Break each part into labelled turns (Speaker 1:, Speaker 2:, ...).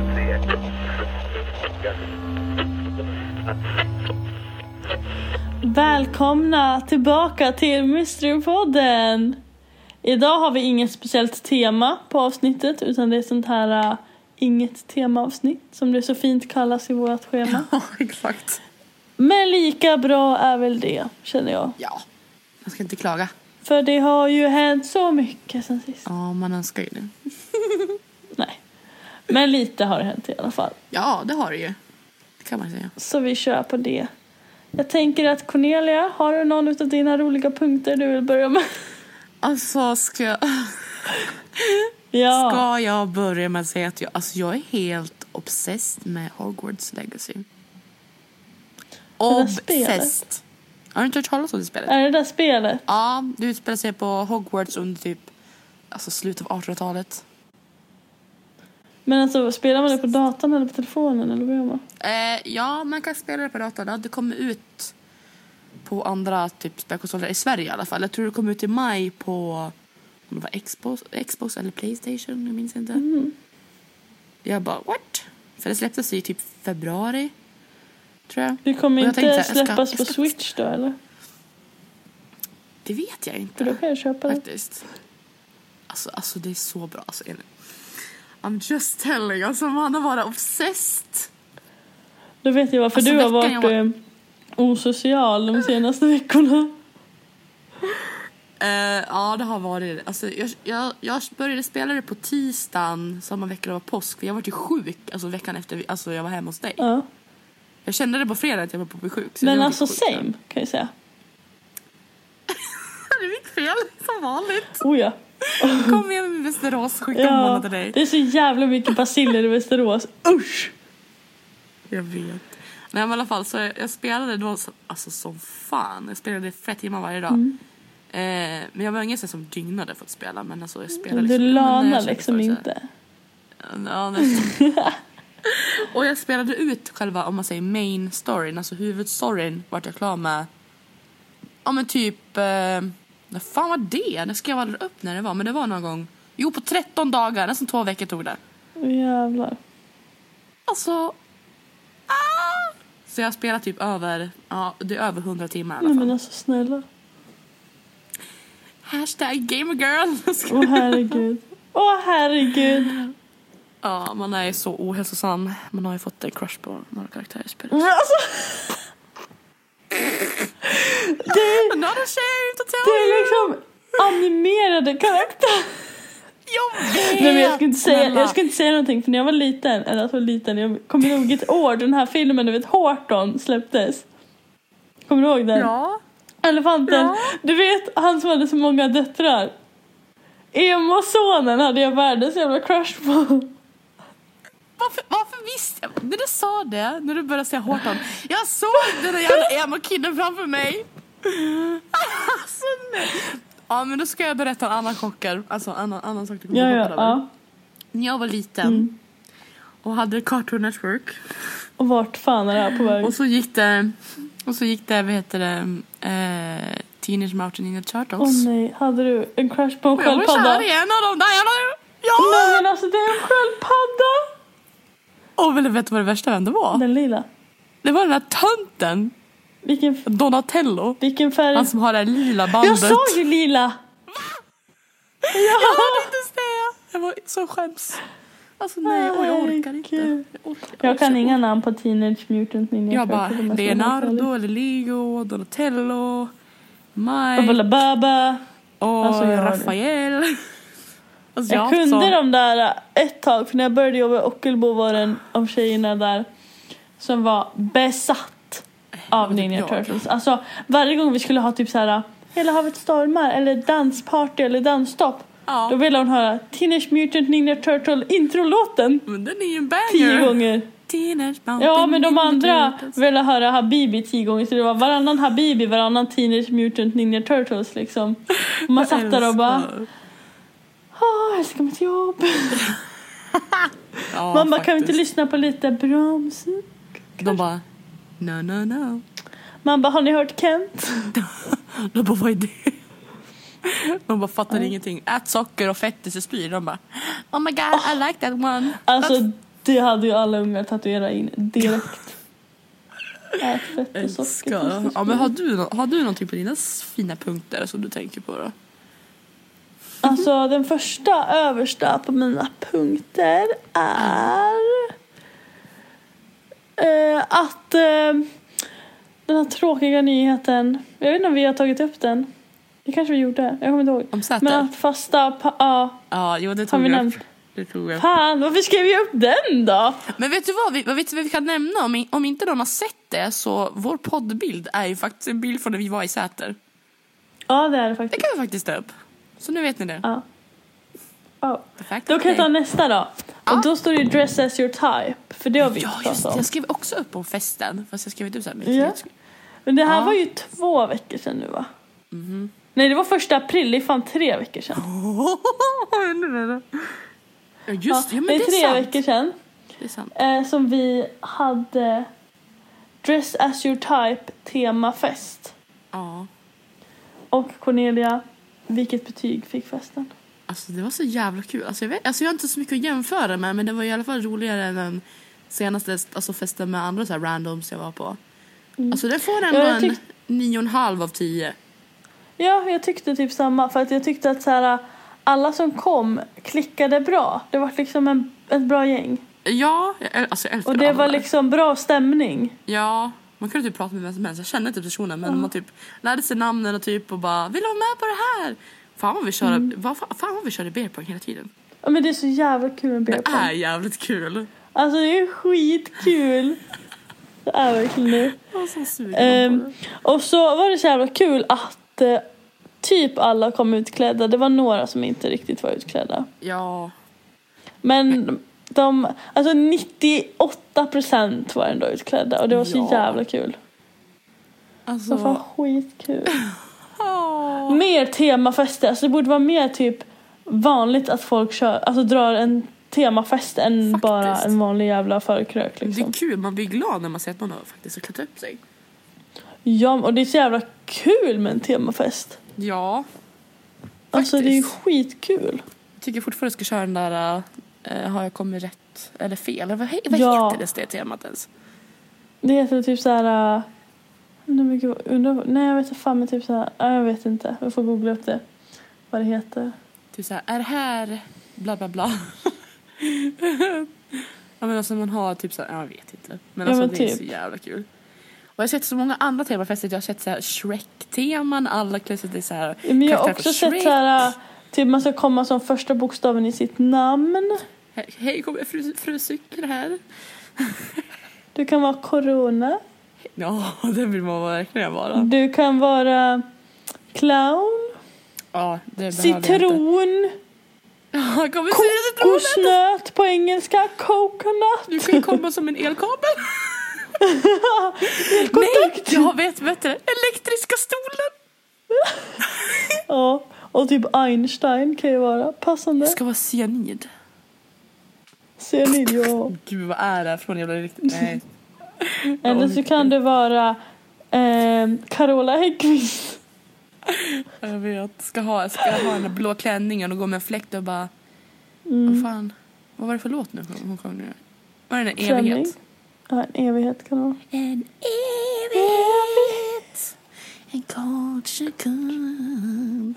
Speaker 1: Välkomna tillbaka till Mysterypodden. Idag har vi inget speciellt tema på avsnittet, utan det är sånt här inget temaavsnitt som det så fint kallas i vårt schema.
Speaker 2: Ja, exakt.
Speaker 1: Men lika bra är väl det, känner jag.
Speaker 2: Ja, jag ska inte klaga.
Speaker 1: För det har ju hänt så mycket sen sist.
Speaker 2: Ja, man önskar ju det.
Speaker 1: Nej, men lite har det hänt i alla fall.
Speaker 2: Ja, det har det ju. Det kan man säga. Så
Speaker 1: vi kör på det. Jag tänker att Cornelia, har du någon av dina roliga punkter du vill börja med?
Speaker 2: Alltså, ska jag börja med att säga att jag är helt obsessed med Hogwarts Legacy. Obsessed. Har du inte hört talas om det spelet?
Speaker 1: Är det där spelet?
Speaker 2: Ja, det utspelar sig på Hogwarts under typ slutet av 1800-talet.
Speaker 1: Men alltså, spelar man det på datorn eller på telefonen eller vad gör man?
Speaker 2: Ja, man kan spela det på datorn. Det kommer ut på andra typ spelkonsoler i Sverige i alla fall. Jag tror det kom ut i maj på om det var Xbox eller PlayStation, jag minns inte. Jag bara, what? För det släpptes i typ februari, tror jag.
Speaker 1: Det kommer inte släppas på Switch då, eller?
Speaker 2: Det vet jag inte.
Speaker 1: För då kan jag köpa det.
Speaker 2: Faktiskt. Alltså det är så bra. Alltså, I'm just telling. Alltså man har varit obsessed.
Speaker 1: Då vet jag varför du har varit osocial de senaste veckorna.
Speaker 2: Ja, det har varit. Alltså, jag började spela det på tisdagen samma vecka det var påsk. För jag var ju sjuk veckan efter jag var hemma hos dig.
Speaker 1: Ja.
Speaker 2: Jag kände det på fredag att jag var på att bli sjuk.
Speaker 1: Men alltså same, kan jag säga.
Speaker 2: Det är mitt fel, som vanligt.
Speaker 1: Oh ja.
Speaker 2: Kom igen med Västerås, skicka månad till dig.
Speaker 1: Det är så jävla mycket basiller i Västerås. Usch!
Speaker 2: Jag vet. Nej, men i alla fall, så jag spelade då som fan. Jag spelade 5 timmar varje dag. Men jag var ingen som dygnade för att spela. Men alltså jag spelade
Speaker 1: du lanar liksom inte.
Speaker 2: Ja, och jag spelade ut själva, om man säger main storyn, alltså huvudstoryn, vart jag klar med. Ja, men typ när fan var det? Det ska jag aldrig upp när det var. Men det var någon gång. Jo, på 13 dagar, nästan 2 veckor tog det.
Speaker 1: Jävlar.
Speaker 2: Alltså så jag spelar typ över 100 timmar i alla fall.
Speaker 1: Men alltså snälla.
Speaker 2: #gamergirl.
Speaker 1: Herregud.
Speaker 2: Ja, man är så ohälsosam. Man har ju fått en crush på några karaktärer i spelet.
Speaker 1: Alltså.
Speaker 2: Not ashamed to tell
Speaker 1: det är liksom animerade karaktär.
Speaker 2: Jag vet.
Speaker 1: Nej, men jag ska inte säga någonting, för när jag var liten, jag kommer ihåg vilket år den här filmen, du vet, Horton släpptes. Kommer du ihåg den?
Speaker 2: Ja.
Speaker 1: Elefanten. Ja. Du vet, han som hade så många döttrar. Emo-sonen hade jag världens jävla crush på.
Speaker 2: Varför visste jag? När du sa det, när du började säga Horton, jag såg den där jävla emo-kidden framför mig. Alltså, nej. Ja, men då ska jag berätta en annan chocker. Alltså en annan sak du kommer ihåg.
Speaker 1: Ja.
Speaker 2: När jag var liten och hade Cartoon Network.
Speaker 1: Och vart fan är det här på väg?
Speaker 2: Och så gick det, vad heter det, Teenage Mutant Ninja Turtles.
Speaker 1: Åh nej, hade du en crush på en sköldpadda?
Speaker 2: Jag var kär i en av dem där. Ja!
Speaker 1: Nej, men alltså det är en sköldpadda.
Speaker 2: Och vill du veta vad det värsta vände var?
Speaker 1: Den lila.
Speaker 2: Det var den här tönten.
Speaker 1: Vilken
Speaker 2: Donatello.
Speaker 1: Vilken färg?
Speaker 2: Han som har det här lila bandet.
Speaker 1: Jag sa ju lila.
Speaker 2: Va? Jag hörde inte det. Jag var så skäms. Alltså nej, jag orkar inte.
Speaker 1: Jag kan inga namn på Teenage Mutant Ninja.
Speaker 2: Jag bara, Leonardo eller Lego, Donatello, Mike.
Speaker 1: Baba.
Speaker 2: Och alltså, Rafael. Alltså,
Speaker 1: jag kunde de där ett tag, för när jag började jobba i Ockelbo var en av tjejerna där som var besatt av Ninja Turtles. Alltså varje gång vi skulle ha typ så här Hela havet stormar eller dansparty eller dansstopp, då ville hon höra Teenage Mutant Ninja Turtle introlåten.
Speaker 2: Men den är ju en banger.
Speaker 1: 10 gånger. Ja, men de andra ville höra Habibi 10 gånger. Så det var varannan Habibi, varannan Teenage Mutant Ninja Turtles liksom. Och man satt där och bara jag älskar mitt jobb. Man bara, kan vi inte lyssna på lite bra musik?
Speaker 2: De bara, no.
Speaker 1: Man bara, har ni hört Kent?
Speaker 2: De bara, vad är det? De bara fattar ingenting. Ät socker och fett i sig spyr. De bara, oh my god, I like that one.
Speaker 1: Alltså, Det hade ju alla ungar tatuerat in direkt. Ät fett och socker.
Speaker 2: Ja, men har du någonting på dina fina punkter som du tänker på då?
Speaker 1: Alltså den första översta på mina punkter är att den här tråkiga nyheten, jag vet inte om vi har tagit upp den. Det kanske vi gjorde, jag kommer inte ihåg.
Speaker 2: Om Säter?
Speaker 1: Men att fasta,
Speaker 2: Ja, jo, det
Speaker 1: har
Speaker 2: tog
Speaker 1: vi
Speaker 2: vi
Speaker 1: nämnt.
Speaker 2: upp. Det tog jag.
Speaker 1: Fan, varför skrev vi upp den då?
Speaker 2: Men vet du vad vi kan nämna? Om inte någon har sett det, så vår poddbild är ju faktiskt en bild från när vi var i Säter.
Speaker 1: Ja, det är det
Speaker 2: Det
Speaker 1: faktiskt.
Speaker 2: kan vi faktiskt ta upp. Så nu vet ni det.
Speaker 1: Ja. Ja.
Speaker 2: The fact
Speaker 1: Då
Speaker 2: of
Speaker 1: kan jag
Speaker 2: the
Speaker 1: ta
Speaker 2: day.
Speaker 1: nästa då.
Speaker 2: Ja.
Speaker 1: Och då står det dress as your type. För det har vi
Speaker 2: Ja,
Speaker 1: pratat
Speaker 2: just det.
Speaker 1: om.
Speaker 2: Jag skrev också upp om festen. Fast jag skrev inte upp så här mycket.
Speaker 1: Ja. Men det här
Speaker 2: Ja.
Speaker 1: var ju 2 veckor sedan nu, va?
Speaker 2: Mhm.
Speaker 1: Nej, det var 1 april. Det är fan 3 veckor sedan.
Speaker 2: Ja, just det. Ja, men
Speaker 1: det är 3
Speaker 2: sant.
Speaker 1: veckor sedan
Speaker 2: Det är sant.
Speaker 1: som vi hade dress as your type temafest.
Speaker 2: Ja.
Speaker 1: Och Cornelia, vilket betyg fick festen?
Speaker 2: Alltså det var så jävla kul. Alltså jag har inte så mycket att jämföra med, men det var i alla fall roligare än den senaste festen med andra så här randoms jag var på. Alltså det får ändå
Speaker 1: jag
Speaker 2: en 9,5 av 10.
Speaker 1: Ja, jag tyckte typ samma. För att jag tyckte att så här, alla som kom klickade bra. Det var liksom ett bra gäng.
Speaker 2: Ja, jag älskar
Speaker 1: Och det
Speaker 2: alla
Speaker 1: var
Speaker 2: där.
Speaker 1: liksom bra stämning.
Speaker 2: Ja, man kunde typ prata med vem som helst. Jag kände inte personen, men man typ lärde sig namnen och typ och bara, vill du vara med på det här? Fan vad vi körde, fan vad vi körde beerpong hela tiden.
Speaker 1: Ja, men det är så jävla kul med
Speaker 2: Det
Speaker 1: beerpong.
Speaker 2: är jävligt kul.
Speaker 1: Alltså det är skitkul. Det är verkligen det.
Speaker 2: Jag var så sugen på det.
Speaker 1: Och så var det så jävla kul att typ alla kom utklädda. Det var några som inte riktigt var utklädda.
Speaker 2: Ja.
Speaker 1: Men alltså 98% var ändå utklädda. Och det var så
Speaker 2: Ja.
Speaker 1: jävla kul.
Speaker 2: Alltså.
Speaker 1: Det var skitkul. Mer temafester. Alltså det borde vara mer typ vanligt att folk drar en temafest än
Speaker 2: Faktiskt.
Speaker 1: bara en vanlig jävla förkrök
Speaker 2: Det
Speaker 1: liksom.
Speaker 2: är kul, man blir glad när man ser att någon har faktiskt har klätt upp sig.
Speaker 1: Ja, och det är så jävla kul med en temafest.
Speaker 2: Ja.
Speaker 1: Alltså det är ju
Speaker 2: Faktiskt.
Speaker 1: skitkul.
Speaker 2: Jag tycker fortfarande jag ska köra den där har jag kommit rätt eller fel? Vad
Speaker 1: Ja.
Speaker 2: heter det temat ens?
Speaker 1: Det heter typ så här. Nej, jag vet inte fan, men typ så här. Jag vet inte. Jag får googla upp det. Vad det heter.
Speaker 2: Typ så här, är det här bla bla bla. Ja, men alltså man har typ så här, jag vet inte. Men
Speaker 1: Ja,
Speaker 2: alltså
Speaker 1: men
Speaker 2: det är
Speaker 1: typ.
Speaker 2: så jävla kul. Och jag har sett så många andra temafester. Jag har sett så här Shrek-teman. Alla klär sig så här.
Speaker 1: Men jag har
Speaker 2: karaktärer
Speaker 1: också
Speaker 2: från
Speaker 1: sett
Speaker 2: Shrek.
Speaker 1: så här. Typ man ska komma som första bokstaven i sitt namn.
Speaker 2: Hej, kommer fru cykel här.
Speaker 1: Du kan vara corona.
Speaker 2: Ja, det vill man verkligen vara.
Speaker 1: Du kan vara clown.
Speaker 2: Ja, det behöver jag inte.
Speaker 1: Citron.
Speaker 2: Ja, kommer citronen.
Speaker 1: Kokosnöt på engelska. Coconut.
Speaker 2: Du kan ju komma som en elkabel. Nej, jag vet bättre. Elektriska stolen.
Speaker 1: Ja, och typ Einstein kan ju vara passande.
Speaker 2: Det ska vara cyanid.
Speaker 1: Ser ni? Ja.
Speaker 2: Gud, vad är det här från jävla riktigt? Nej.
Speaker 1: Eller så kan det vara Carola Häggkvist.
Speaker 2: Jag vet. Ska ha den där blå klänningen och gå med en fläkt och bara... Vad fan? Vad var det för låt nu? Hon kom nu. Vad är det? En
Speaker 1: Klänning.
Speaker 2: evighet?
Speaker 1: Ja, en evighet kan det vara.
Speaker 2: En evighet. En kort sekund.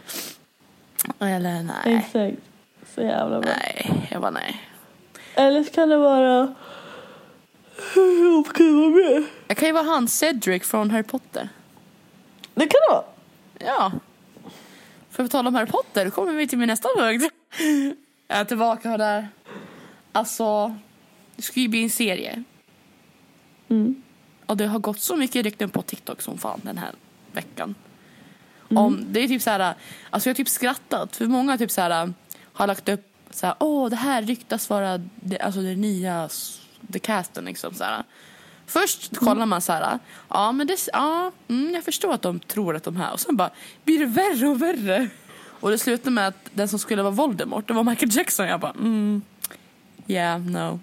Speaker 2: Eller nej.
Speaker 1: Exakt. Så jävla bra.
Speaker 2: Nej, jag bara nej.
Speaker 1: Eller så kan det vara... Vad kan det vara med?
Speaker 2: Jag kan ju vara han Cedric från Harry Potter.
Speaker 1: Det kan det vara.
Speaker 2: Ja. För att tala om Harry Potter, då kommer vi till min nästa punkt. Jag är tillbaka där. Alltså, det ska ju bli en serie.
Speaker 1: Mm.
Speaker 2: Och det har gått så mycket rykten på TikTok som fan den här veckan. Det är typ så här, alltså jag har typ skrattat. För många typ så här har lagt upp så här, det här ryktas vara det nya the casten liksom så här. Först kollar man så här, jag förstår att de tror att de här, och sen bara blir det värre och värre. Och det slutar med att den som skulle vara Voldemort, det var Michael Jackson. Jag bara, yeah, no.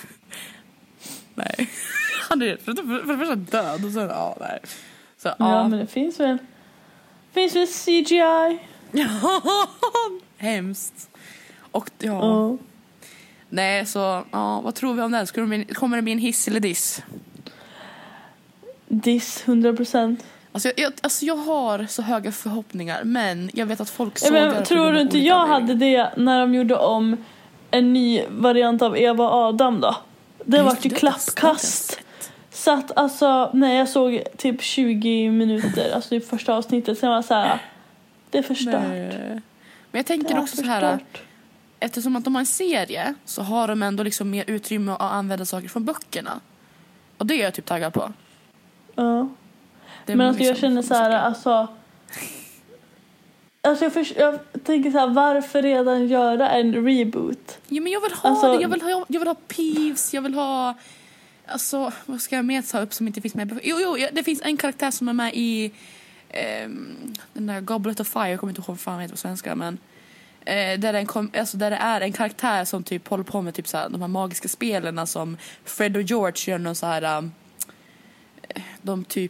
Speaker 2: Nej. Han är för det första död och sen, nej. Så,
Speaker 1: Ja, men det finns väl CGI.
Speaker 2: Ja, hemskt. Och ja, Nej, så ja, vad tror vi om den? Kommer det bli en hiss eller diss?
Speaker 1: Diss, 100%.
Speaker 2: Alltså jag har så höga förhoppningar, men jag vet att folk sågar.
Speaker 1: Tror du inte jag hade det när de gjorde om en ny variant av Eva och Adam då? Det var ju klappkast. Så att alltså, när jag såg typ 20 minuter, alltså i första avsnittet, sen var jag så här, det är förstört.
Speaker 2: Men jag tänker också så här, eftersom att de har en serie så har de ändå liksom mer utrymme att använda saker från böckerna. Och det är jag typ taggad på.
Speaker 1: Ja. Men alltså liksom, jag känner så här, alltså jag tänker så här, varför redan göra en reboot?
Speaker 2: Ja, men jag vill ha det. Jag vill ha Peeves, jag vill ha, alltså vad ska jag mer ta upp som inte finns med? Jo, det finns en karaktär som är med i den där Goblet of Fire, jag kommer inte ihåg vad fan heter på svenska, men där det är en karaktär som typ håller på med typ så här, de här magiska spelen som Fred och George gör någon så här. De typ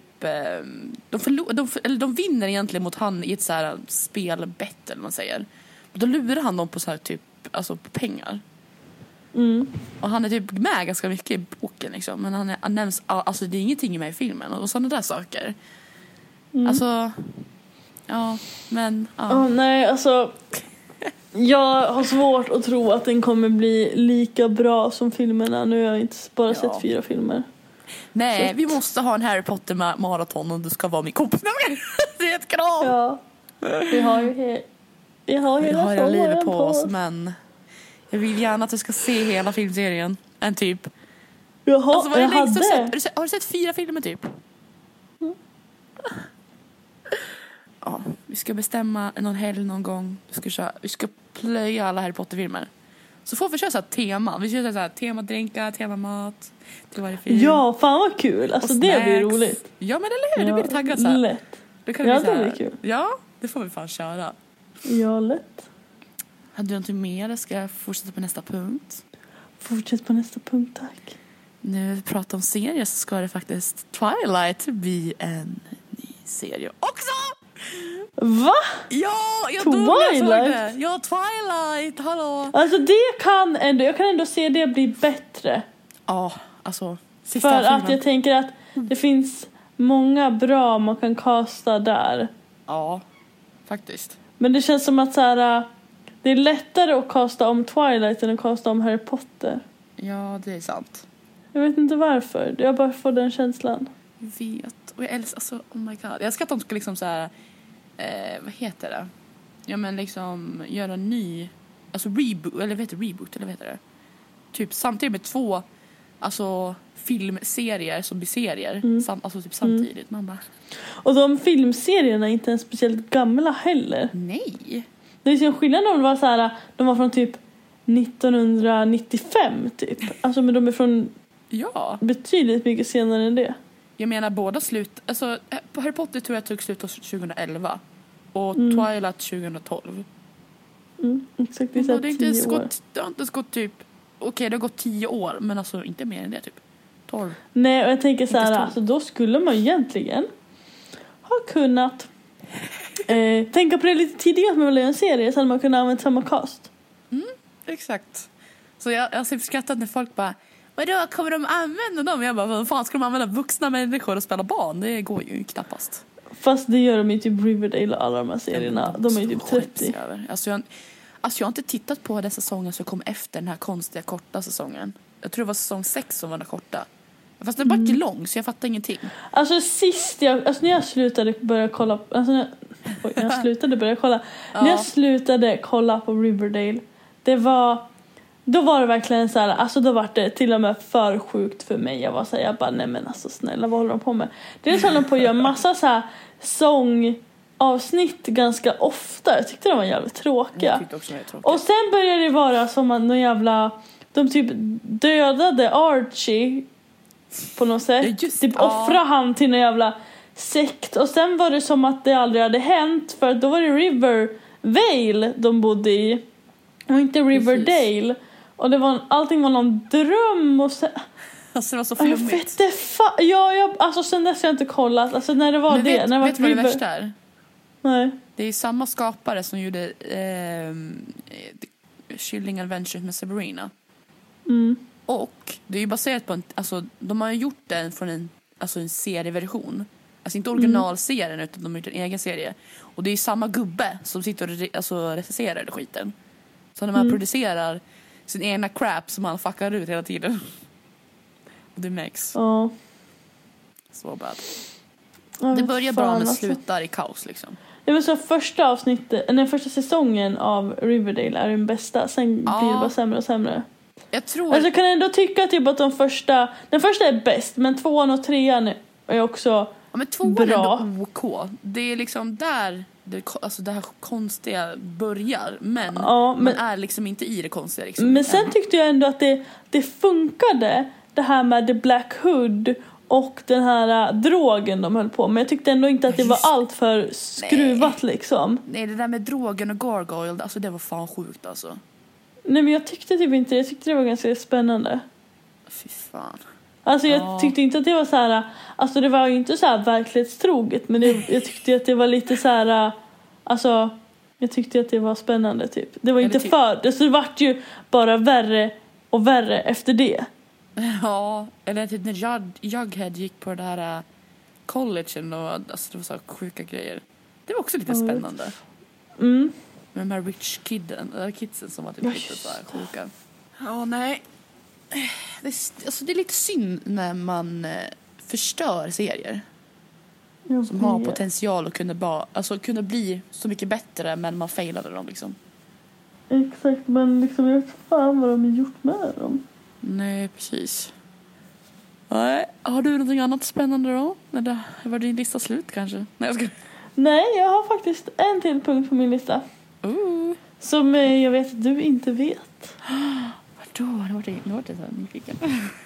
Speaker 2: de vinner egentligen mot han i ett så här spelbett eller vad man säger. Och då lurar han dem på så här typ, alltså på pengar. Och han är typ med ganska mycket i boken liksom, men han nämns, alltså det är ingenting med i filmen och sådana där saker. Alltså ja, men ja.
Speaker 1: Nej, alltså jag har svårt att tro att den kommer bli lika bra som filmerna. Nu har jag inte bara sett 4 filmer.
Speaker 2: Nej,
Speaker 1: så.
Speaker 2: Vi måste ha en Harry Potter maraton om du ska vara min kompis. Det är ett krav.
Speaker 1: Ja. Vi har
Speaker 2: livet på oss, men jag vill gärna att du ska se hela filmserien. En typ.
Speaker 1: Jaha,
Speaker 2: alltså, har du sett 4 filmer typ? Ja, vi ska bestämma någon helg någon gång. Vi ska plöja alla Harry Potter-filmer. Så får vi köra så här tema. Vi kör så här tema drinkar, tema mat till varje film.
Speaker 1: Ja, fan vad kul. Alltså det blir roligt.
Speaker 2: Ja, men eller hur? Det blir taggat så här.
Speaker 1: Lätt.
Speaker 2: Det blir kul. Ja, det får vi fan köra.
Speaker 1: Ja, lätt.
Speaker 2: Hade du någonting mer? Ska jag fortsätta på nästa punkt?
Speaker 1: Fortsätt på nästa punkt, tack.
Speaker 2: Nu pratar om serier så ska det faktiskt Twilight bli en ny serie också.
Speaker 1: Va?
Speaker 2: Ja, jag
Speaker 1: Twilight?
Speaker 2: Ja, Twilight, hallå.
Speaker 1: Alltså jag kan ändå se det bli bättre.
Speaker 2: Ja, alltså sista
Speaker 1: för
Speaker 2: filmen.
Speaker 1: att jag tänker att det finns många bra man kan kasta där.
Speaker 2: Ja, faktiskt.
Speaker 1: Men det känns som att så här, det är lättare att kasta om Twilight än att kasta om Harry Potter.
Speaker 2: Ja, det är sant.
Speaker 1: Jag vet inte varför. Jag bara får den känslan.
Speaker 2: Jag vet. Och jag älskar, alltså, oh my god. Jag älskar att de ska liksom så här, vad heter det? Ja, men liksom göra en ny, alltså reboot, eller vad heter det? Typ samtidigt med 2 alltså filmserier som blir serier. Alltså typ samtidigt. Man bara. Och
Speaker 1: de filmserierna är inte ens speciellt gamla heller.
Speaker 2: Nej.
Speaker 1: Det är ju skillnad om det var så här, de var från typ 1995 typ. Alltså men de är från betydligt mycket senare än det.
Speaker 2: Jag menar båda slut, alltså Harry Potter tror jag tog slut 2011 och Twilight 2012.
Speaker 1: Exakt, det är 10 år.
Speaker 2: Det har inte gått typ, okej, det har gått 10 år, men alltså inte mer än det typ. 12.
Speaker 1: Nej, och jag tänker så här, alltså då skulle man egentligen ha kunnat tänka på det lite tidigare att man vill göra en serie så hade man kunnat använda samma cast.
Speaker 2: Exakt. Så jag har skrattat när folk bara, vadå, kommer de använda dem? Jag bara, vad fan ska de använda vuxna människor och spela barn? Det går ju knappast.
Speaker 1: Fast det gör de ju typ Riverdale och alla de här serierna. De är ju typ 30.
Speaker 2: Alltså jag har inte tittat på den säsongen som kom efter den här konstiga korta säsongen. Jag tror det var säsong 6 som var den korta. Fast den var inte lång så jag fattar ingenting.
Speaker 1: Alltså när jag slutade börja kolla när jag slutade kolla på Riverdale, då var det verkligen så här, alltså då var det till och med för sjukt för mig. Jag bara, nej men alltså snälla, vad håller de på med? Dels håller de på att göra massa så här sångavsnitt ganska ofta. Jag tyckte de var jävligt tråkiga. Och sen började det vara som att någon jävla, de typ dödade Archie på något sätt. Typ offra han till någon jävla sekt. Och sen var det som att det aldrig hade hänt, för då var det Rivervale de bodde i och inte Riverdale. Och allting var någon dröm och sen,
Speaker 2: alltså det var så flummigt.
Speaker 1: Alltså sen dess har jag inte kollat. Alltså när det var
Speaker 2: men
Speaker 1: det, när
Speaker 2: vet du vad det värsta är?
Speaker 1: Nej.
Speaker 2: Det är samma skapare som gjorde Chilling Adventures med Sabrina. Och det är ju baserat på alltså de har ju gjort den från en serieversion. Alltså inte originalserien utan de har gjort en egen serie. Och det är ju samma gubbe som sitter och recenserar skiten. Så när man producerar sin egna crap som han fuckar ut hela tiden. Och det märks. Så bad. Det börjar bra men slutar i kaos liksom.
Speaker 1: Det var så första säsongen av Riverdale är den bästa. Sen blir det bara sämre och sämre.
Speaker 2: Jag tror...
Speaker 1: Alltså kan ändå tycka typ att den första är bäst. Men 2:an och 3:an är också
Speaker 2: men 2:an
Speaker 1: bra.
Speaker 2: är ändå OK. Det är liksom där det här konstiga börjar. Men man är liksom inte i det konstiga liksom.
Speaker 1: Men sen tyckte jag ändå att det funkade. Det här med The Black Hood och den här drogen de höll på. Men jag tyckte ändå inte att det var allt för skruvat liksom.
Speaker 2: Nej, det där med drogen och gargoyle, alltså det var fan sjukt alltså.
Speaker 1: Nej, men jag tyckte typ inte. Jag tyckte det var ganska spännande.
Speaker 2: Fy fan.
Speaker 1: Alltså jag tyckte inte att det var så här. Alltså det var ju inte så här verklighetstroget. Men jag tyckte att det var lite så här. Alltså jag tyckte att det var spännande typ. Det var inte för. Så det vart ju bara värre och värre efter det.
Speaker 2: Ja, eller typ när Jughead gick på det här collegen och alltså det var så sjuka grejer. Det var också lite spännande. Med de här rich kidsen som var typ lite så här sjuka. Ja, nej. Det är lite synd när man förstör serier. Som har potential att kunna bli så mycket bättre men man failade dem liksom.
Speaker 1: Exakt, men liksom jag vet fan vad de har gjort med dem.
Speaker 2: Nej, precis. Nej, har du någonting annat spännande då? Var din lista slut kanske?
Speaker 1: Nej, jag har faktiskt en till punkt på min lista. Som jag vet att du inte vet.
Speaker 2: Vadå? Nu var det så nyfiken.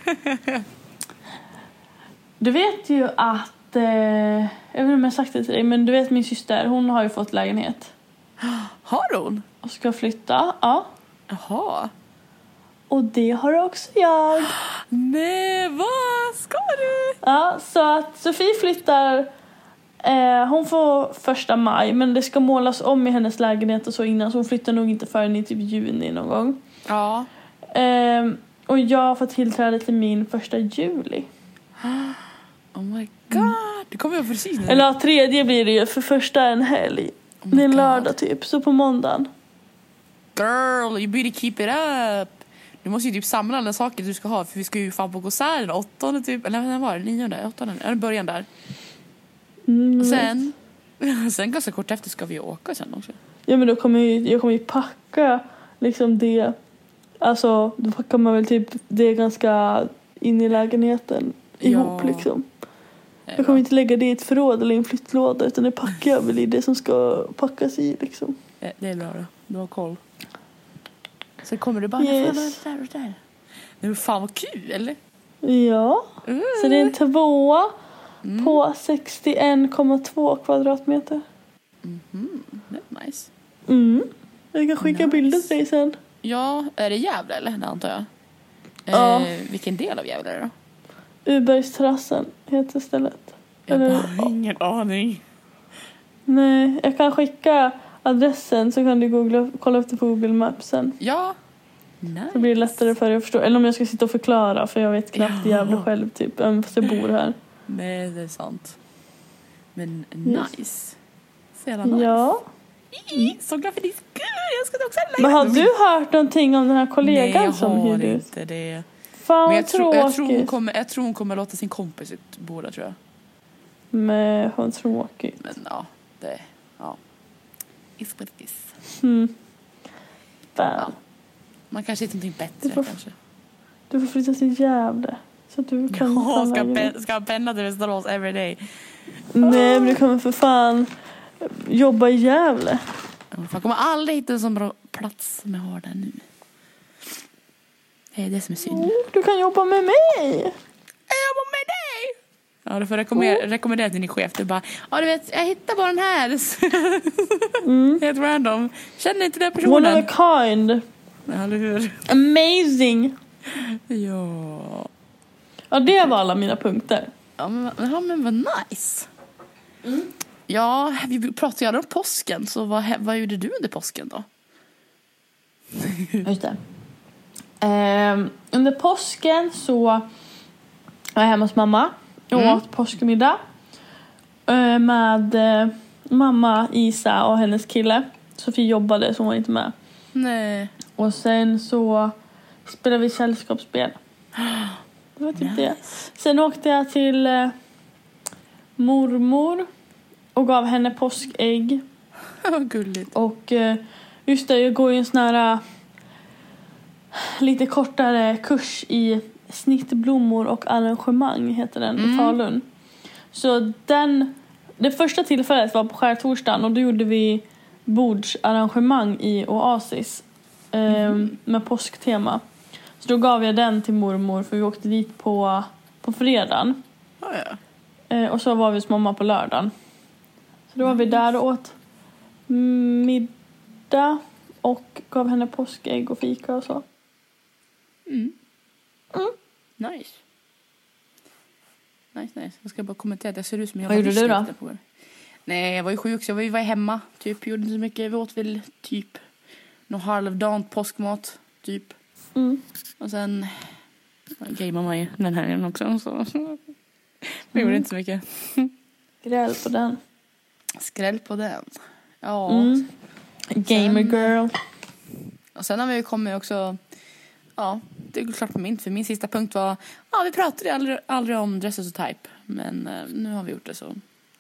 Speaker 1: Du vet ju att jag vet inte om jag sagt det till dig, men du vet min syster, hon har ju fått lägenhet.
Speaker 2: Har hon?
Speaker 1: Och ska flytta, ja.
Speaker 2: Jaha.
Speaker 1: Och det har också jag.
Speaker 2: Nej, vad ska du?
Speaker 1: Ja, så att Sofie flyttar. Hon får 1 maj, men det ska målas om i hennes lägenhet och så innan. Så hon flyttar nog inte förrän i typ juni någon gång.
Speaker 2: Ja.
Speaker 1: Och jag får tillträde till min 1 juli.
Speaker 2: Oh my god. Det kommer jag precis nu.
Speaker 1: Eller 3 blir det ju, för första är en helg. Det är en lördag typ, så på måndagen.
Speaker 2: Girl, you better keep it up. Du måste ju typ samla alla saker du ska ha. För vi ska ju fan på konsert den 8:e typ. Eller när var det? 9:e? 8:e? Är det början där? Och sen ganska kort efter ska vi åka sen också.
Speaker 1: Ja, men då jag kommer ju packa liksom det. Alltså då packar man väl typ det ganska in i lägenheten ihop liksom. Jag kommer inte lägga det i ett förråd eller i en flyttlåda, utan det packar jag väl i det som ska packas i liksom.
Speaker 2: Det är bra då. Du har koll. Så kommer du bara där. Det är fan vad kul.
Speaker 1: Ja. Så det är en 2 på 61,2 kvadratmeter.
Speaker 2: Det är nice.
Speaker 1: Jag kan skicka bilder till dig sen.
Speaker 2: Ja, är det Gävle eller? Det antar jag.
Speaker 1: Ja.
Speaker 2: Vilken del av Gävle är det då?
Speaker 1: Ubergsterrassen heter stället.
Speaker 2: Jag har ingen aning.
Speaker 1: Nej, jag kan skicka adressen så kan du kolla efter på Google Maps sen.
Speaker 2: Ja. Nice.
Speaker 1: Så blir det lättare för dig att förstå. Eller om jag ska sitta och förklara, för jag vet knappt Gävle själv typ, även fast jag bor här.
Speaker 2: Nej, det är sant. Men nice. Så nice.
Speaker 1: Ja.
Speaker 2: Så glad för din skull. Jag ska också
Speaker 1: men har du hört någonting om den här kollegan som hyrde ut?
Speaker 2: Nej, jag har inte det.
Speaker 1: Fan,
Speaker 2: men
Speaker 1: jag
Speaker 2: tror hon kommer låta sin kompis ut båda, tror jag.
Speaker 1: Men vad tråkigt.
Speaker 2: Men is what it is.
Speaker 1: Ja.
Speaker 2: Man kanske hittar någonting bättre kanske.
Speaker 1: Du får flytta till Jävle. Så att du kan
Speaker 2: ska penna till Västerås every day.
Speaker 1: Nej, men du kommer för fan jobba i Jävle.
Speaker 2: Jag kommer aldrig hitta en sån bra plats som jag har där nu. Det är det som är synd.
Speaker 1: Du kan jobba med mig.
Speaker 2: Jag jobbar med dig. Ja, du får rekommendera till din chef. Du bara, du vet, jag hittar bara den här. Helt random. Känner inte den personen.
Speaker 1: One of a kind.
Speaker 2: Ja, eller hur?
Speaker 1: Amazing.
Speaker 2: Ja.
Speaker 1: Ja, det var alla mina punkter.
Speaker 2: Ja, men vad nice. Ja, vi pratade ju aldrig om påsken. Så vad gjorde du under påsken då?
Speaker 1: Just det. Under påsken så var jag hemma hos mamma och åt påskmiddag med mamma, Isa och hennes kille. Sofie jobbade så hon var inte med.
Speaker 2: Nej.
Speaker 1: Och sen så spelade vi sällskapsspel. Det var typ det. Sen åkte jag till mormor och gav henne påskägg.
Speaker 2: Vad gulligt.
Speaker 1: Och just det, jag går ju en sån här lite kortare kurs i snittblommor och arrangemang heter den i Falun. Så det första tillfället var på skärtorsdagen och då gjorde vi bordsarrangemang i Oasis med påsktema. Så då gav jag den till mormor för vi åkte dit på fredagen.
Speaker 2: Oh, ja.
Speaker 1: Och så var vi hos mamma på lördagen. Så då var vi där och åt middag och gav henne påskägg och fika och så.
Speaker 2: Nice. Nice. Jag ska bara kommentera att jag ser ut som jag
Speaker 1: Vad gjorde du då?
Speaker 2: Nej, jag var ju sjuk så jag var hemma. Typ, gjorde inte så mycket. Vi åt väl typ någon halvdant påskmat. Typ. Och sen gameade man ju den här igen också. Så. Vi gjorde inte så mycket. Skräll på den. Ja.
Speaker 1: Gamer girl.
Speaker 2: Och sen har vi kommit också... Ja, det är klart för min sista punkt var... Ja, vi pratade aldrig om Dresses och Type. Men nu har vi gjort det så.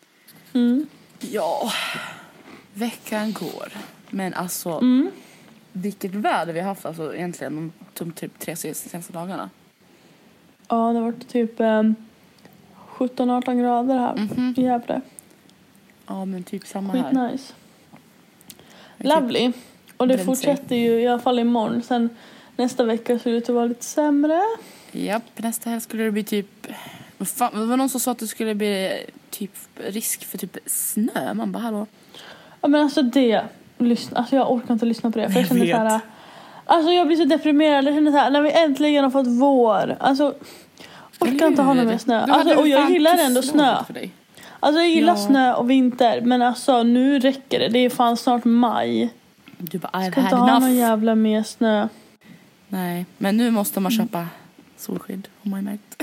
Speaker 2: Ja, veckan går. Men alltså... Vilket väder vi har haft alltså egentligen de typ 3 senaste dagarna.
Speaker 1: Ja, det har varit typ 17-18 grader här i Gävle.
Speaker 2: Ja, men typ samma här.
Speaker 1: Skitnice. Lovely. Och det fortsätter ju i alla fall imorgon. Sen nästa vecka ser det ut att vara lite sämre.
Speaker 2: Japp, nästa helg skulle det bli typ... Det var någon som sa att det skulle bli typ risk för typ snö. Man bara, hallå.
Speaker 1: Ja, men alltså jag orkar inte lyssna på det. För jag känner så här... Alltså jag blir så deprimerad. Jag känner så här, när vi äntligen har fått vår. Alltså, orkar inte ha någon mer snö. Alltså, och jag gillar ändå snö. Alltså jag gillar snö och vinter. Men alltså nu räcker det. Det är fan snart maj.
Speaker 2: Du bara,
Speaker 1: ska inte ha någon jävla mer snö.
Speaker 2: Nej, men nu måste man köpa solskydd. Har man märkt.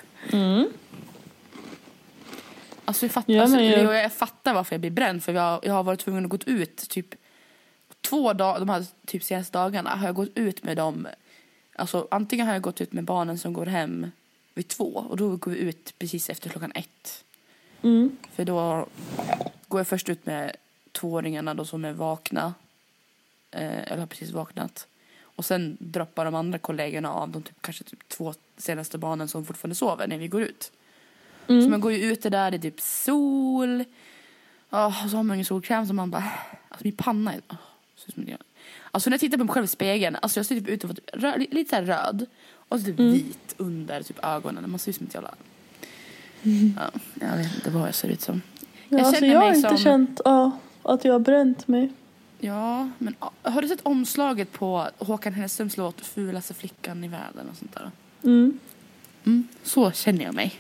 Speaker 2: Alltså jag fattar varför jag blir bränd. För jag har varit tvungen att gå ut typ 2 dagar, de här typ senaste dagarna har jag gått ut med dem. Alltså antingen har jag gått ut med barnen som går hem vid 2 och då går vi ut precis efter klockan 1. För då går jag först ut med 2-åringarna då som är vakna. Eller har precis vaknat. Och sen droppar de andra kollegorna av de kanske 2 senaste barnen som fortfarande sover när vi går ut. Så man går ju ute där, det är typ sol. Och så har man ingen solkräm som man bara... Alltså min panna är... Alltså när jag tittar på mig själv i spegeln, alltså jag ser typ ut och lite så här röd. Och så typ vit under typ ögonen. Man ser ut som ett jävla... Ja, jag vet inte vad jag ser ut som.
Speaker 1: Jag har inte känt att jag har bränt mig.
Speaker 2: Ja, men har du sett omslaget på Håkan Hellströms låt Fulaste flickan i världen och sånt där? Så känner jag mig.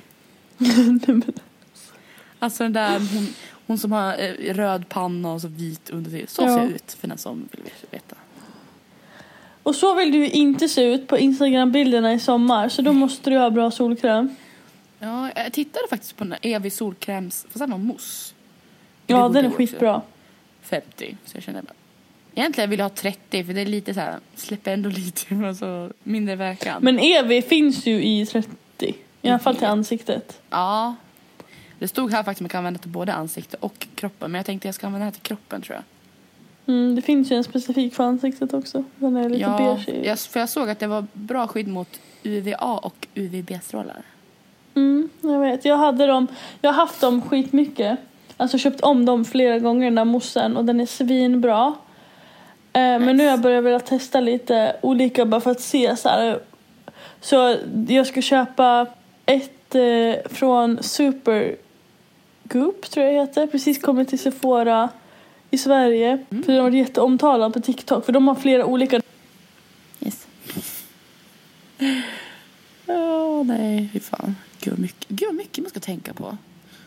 Speaker 2: Alltså den där hon som har röd panna och så vit under sig. Så ser ut för den som vill veta. Och
Speaker 1: så vill du inte se ut på Instagram-bilderna i sommar. Så då måste du ha bra solkräm.
Speaker 2: Ja, jag tittade faktiskt på den där evig solkräms. Fast den var mousse.
Speaker 1: Ja, den är skitbra.
Speaker 2: 50, så jag känner bara. Egentligen vill jag ha 30 för det är lite så här, släpper ändå lite alltså, mindre verkan. Men Evi finns ju i 30. I alla fall till ansiktet. Ja. Det stod här faktiskt att man kan använda till både ansikte och kroppen. Men jag tänkte jag ska använda det här till kroppen tror jag. Det finns ju en specifik för ansiktet också. Den är lite beige. För jag såg att det var bra skydd mot UVA och UVB-strålar. Jag vet. Jag har haft dem skitmycket. Alltså köpt om dem flera gånger den där mossen. Och den är svinbra. Men nu har jag börjat vilja testa lite olika bara för att se så här. Så jag ska köpa ett från Supergoop tror jag heter. Precis kommit till Sephora i Sverige. För de har varit jätteomtalade på TikTok. För de har flera olika. Yes. Nej, fy fan. Gud vad mycket man ska tänka på.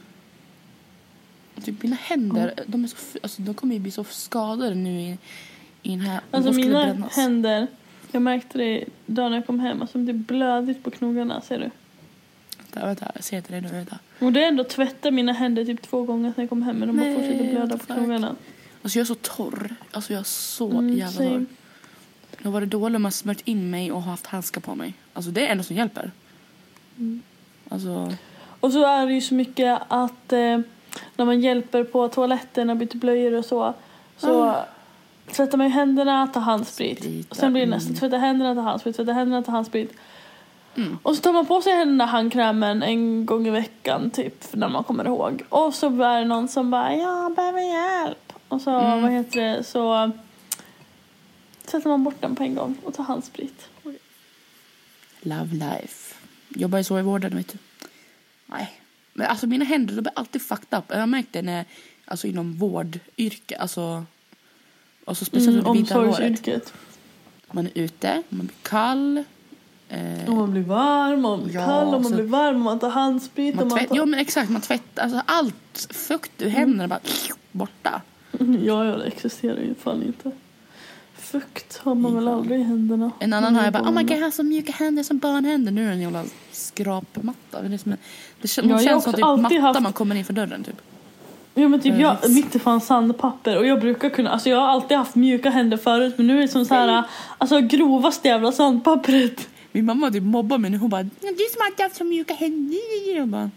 Speaker 2: Typ mina händer, de är så, alltså de kommer ju bli så skadade nu i den här. Alltså mina händer
Speaker 1: Jag märkte det dagen jag kom hem. Alltså det är blödigt på knogarna, ser du?
Speaker 2: Vänta, jag ser till det nu.
Speaker 1: Och det är ändå tvättat mina händer typ 2 gånger när jag kom hem. Men de bara fortsätter blöda på knogarna.
Speaker 2: Alltså jag är så torr. Alltså jag är så jävla torr. Jag var det dåligt om man smört in mig och haft handskar på mig. Alltså det är ändå som hjälper. Alltså...
Speaker 1: Och så är det ju så mycket att när man hjälper på toaletten och byter blöjor och så tvättar man ju händerna, tar handsprit. Och sen blir det nästan tvätta händerna, ta handsprit, tvätta händerna, ta handsprit. Och så tar man på sig händerna, handkrämen en gång i veckan typ när man kommer ihåg. Och så är det någon som bara, jag behöver hjälp. Och så, så sätter man bort den på en gång och tar handsprit.
Speaker 2: Love life. Jobbar ju så i vården, vet du. Nej. Men alltså mina händer, de blir alltid fucked up. Jag har märkt det när, alltså inom vårdyrke. Alltså speciellt under vinterhalvåret. Man är ute, man blir kall.
Speaker 1: Och man blir varm, och man blir kall, och man blir varm, och man tar handsprit.
Speaker 2: Ja men exakt, man tvättar. Alltså allt fukt ur händerna bara borta.
Speaker 1: Ja, det existerar ju fan inte. Fukt har man väl aldrig i händerna.
Speaker 2: En annan har jag bara, man kan ha så mjuka händer som barnhänder. Nu är det en jävla skrapmatta. Det känns som typ matta man kommer in för dörren typ.
Speaker 1: Ja men typ mitt är fan sandpapper. Och jag brukar kunna, alltså jag har alltid haft mjuka händer förut. Men nu är det som så här, alltså grovaste jävla sandpappret.
Speaker 2: Min mamma typ mobbar mig nu. Hon bara, du som alltid haft så mjuka händer. Jag bara,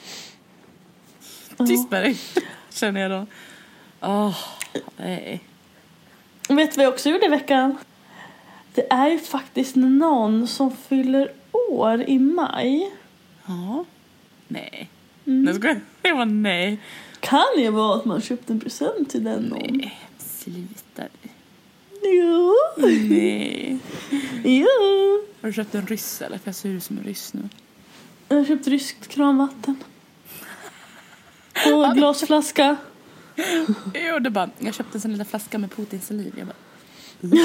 Speaker 2: tyst med dig. Känner jag då. Nej.
Speaker 1: Vet du vad jag också gjorde i veckan? Det är ju faktiskt någon som fyller år i maj.
Speaker 2: Ja. Nej. Jag var nej.
Speaker 1: Kan det vara att man köpt en present till den någon?
Speaker 2: Nej, sluta.
Speaker 1: Jo.
Speaker 2: Nej.
Speaker 1: Jo.
Speaker 2: Har du köpt en ryss eller? För jag ser ut som en ryss nu.
Speaker 1: Jag har köpt ryskt kranvatten. Och glasflaska.
Speaker 2: Jo, det bara, jag köpte en sån liten flaska med Putins saliv. Jag bara...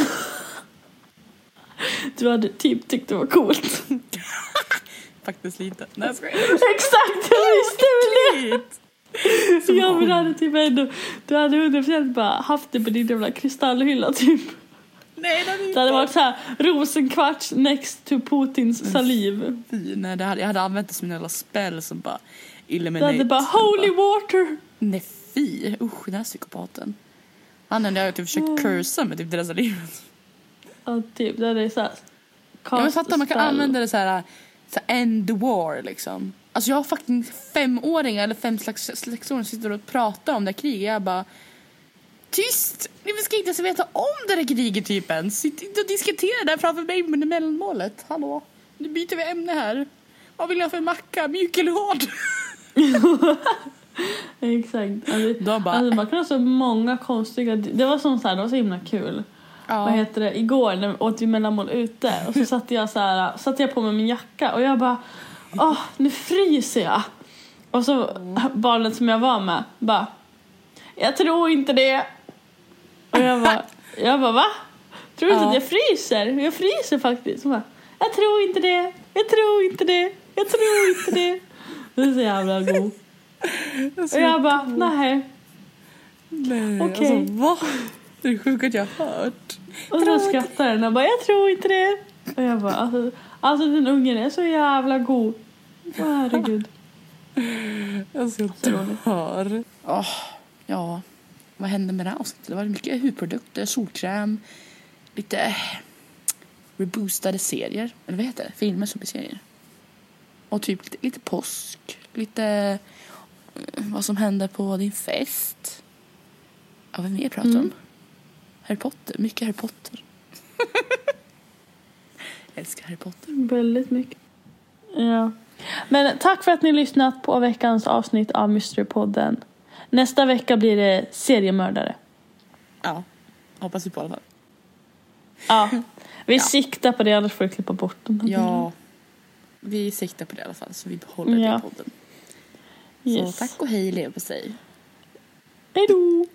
Speaker 1: Du hade typ tyckt det var coolt.
Speaker 2: Faktiskt lite. Nej, jag skojar.
Speaker 1: Exakt, jag visste väl det. Ja, men du hade typ ändå, du hade 100% bara haft det på din jävla kristallhylla typ.
Speaker 2: Nej,
Speaker 1: det hade varit så här rosenkvarts next to Putins saliv.
Speaker 2: Nej, jag hade använt det som en jävla spell som bara eliminate.
Speaker 1: Det hade bara holy water.
Speaker 2: Nej, fy. Usch, den här psykopaten. Han hade jag typ försökt cursa med typ deras livet.
Speaker 1: Ja, typ. Det är så här.
Speaker 2: Jag vill fatta, man kan använda det så här end the war liksom. Alltså jag har fucking 5-åringar eller 5-6-åringar som sitter och pratar om det här kriget. Jag bara, tyst! Ni ska inte ens veta om det här kriget typen. Sitt inte och diskutera där framför mig med mellanmålet. Hallå, nu byter vi ämne här. Vad vill jag för macka? Mjuk eller hård?
Speaker 1: Exakt. Alltså, man kan ha så många konstiga... Det var som så här, det var så himla kul. Ja. Vad heter det? Igår när vi åt vi mellanmål ute. Och så satte jag på mig min jacka. Och jag bara, nu fryser jag. Och så barnet som jag var med bara, jag tror inte det. Och jag bara, va? Tror du inte att jag fryser? Jag fryser faktiskt. Bara, jag tror inte det. Jag tror inte det. Jag tror inte det. Det är så jävla god. Och jag bara, nej.
Speaker 2: Nej,
Speaker 1: okej.
Speaker 2: Alltså, vad? Det är sjukt att jag har hört.
Speaker 1: Och så skrattar den och bara, jag tror inte det. Och jag bara, alltså den ungen är så jävla god. Herregud.
Speaker 2: Alltså jag hör. Ja, vad hände med det här avsnittet? Det var mycket hudprodukter, solkräm, lite reboostade serier. Eller vad heter det? Filmer som blir serier. Och typ lite påsk. Lite vad som händer på din fest. Ja, vad mer pratar om? Harry Potter. Mycket Harry Potter. Jag älskar Harry Potter.
Speaker 1: Väldigt mycket. Ja. Men tack för att ni lyssnat på veckans avsnitt av Mysterypodden. Nästa vecka blir det seriemördare.
Speaker 2: Ja, hoppas vi på i alla fall.
Speaker 1: Ja, vi siktar på det, annars får vi klippa bort den.
Speaker 2: Ja, vi siktar på det i alla fall, så vi behåller det i podden. Så tack och hej, lev på sig.
Speaker 1: Hej då!